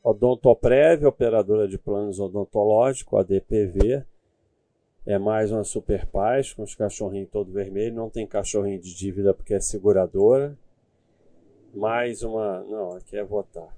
Odontoprev, operadora de planos odontológicos, ADPV. É mais uma Super Paz, com os cachorrinhos todo vermelho. Não tem cachorrinho de dívida porque é seguradora. Mais uma... Não, aqui é votar.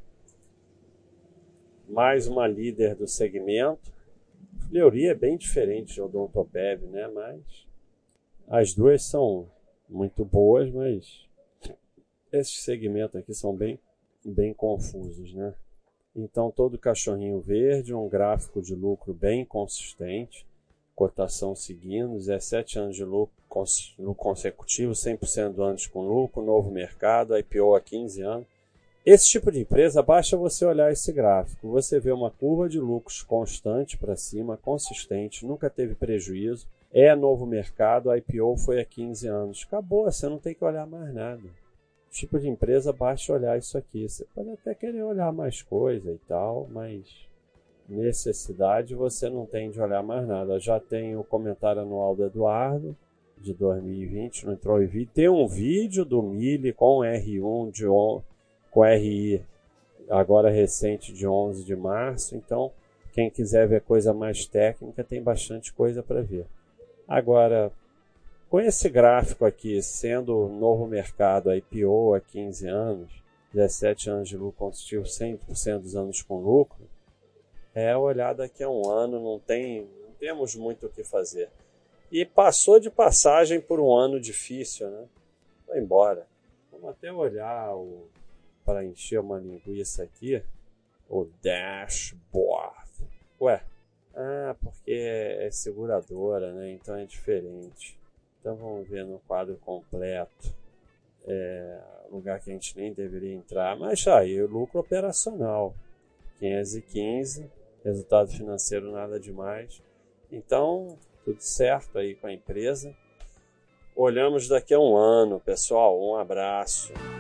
Mais uma líder do segmento. Fleury é bem diferente de Odontoprev, né? Mas as duas são muito boas, mas esses segmentos aqui são bem confusos, né? Então, todo cachorrinho verde, um gráfico de lucro bem consistente, cotação seguindo, 17 anos de lucro consecutivo, 100% do anos com lucro, novo mercado, IPO há 15 anos. Esse tipo de empresa, basta você olhar esse gráfico, você vê uma curva de lucros constante para cima, consistente, nunca teve prejuízo, é novo mercado, IPO foi há 15 anos. Acabou, você não tem que olhar mais nada. Tipo de empresa, basta olhar isso aqui. Você pode até querer olhar mais coisa e tal, mas necessidade você não tem de olhar mais nada. Já tem o comentário anual do Eduardo, de 2020, não entrou em vídeo. Tem um vídeo do Mille com R1, com RI, agora recente, de 11 de março. Então, quem quiser ver coisa mais técnica, tem bastante coisa para ver. Agora, com esse gráfico aqui, sendo novo mercado, IPO há 15 anos, 17 anos de lucro consecutivo, 100% dos anos com lucro, olhar daqui a um ano, não temos muito o que fazer. E passou de passagem por um ano difícil, né? Foi embora. Vamos até olhar para encher uma linguiça aqui, o dashboard. Ué, porque é seguradora, né? Então é diferente. Então vamos ver no quadro completo, lugar que a gente nem deveria entrar, mas aí o lucro operacional, 515, resultado financeiro nada demais. Então, tudo certo aí com a empresa. Olhamos daqui a um ano, pessoal. Um abraço.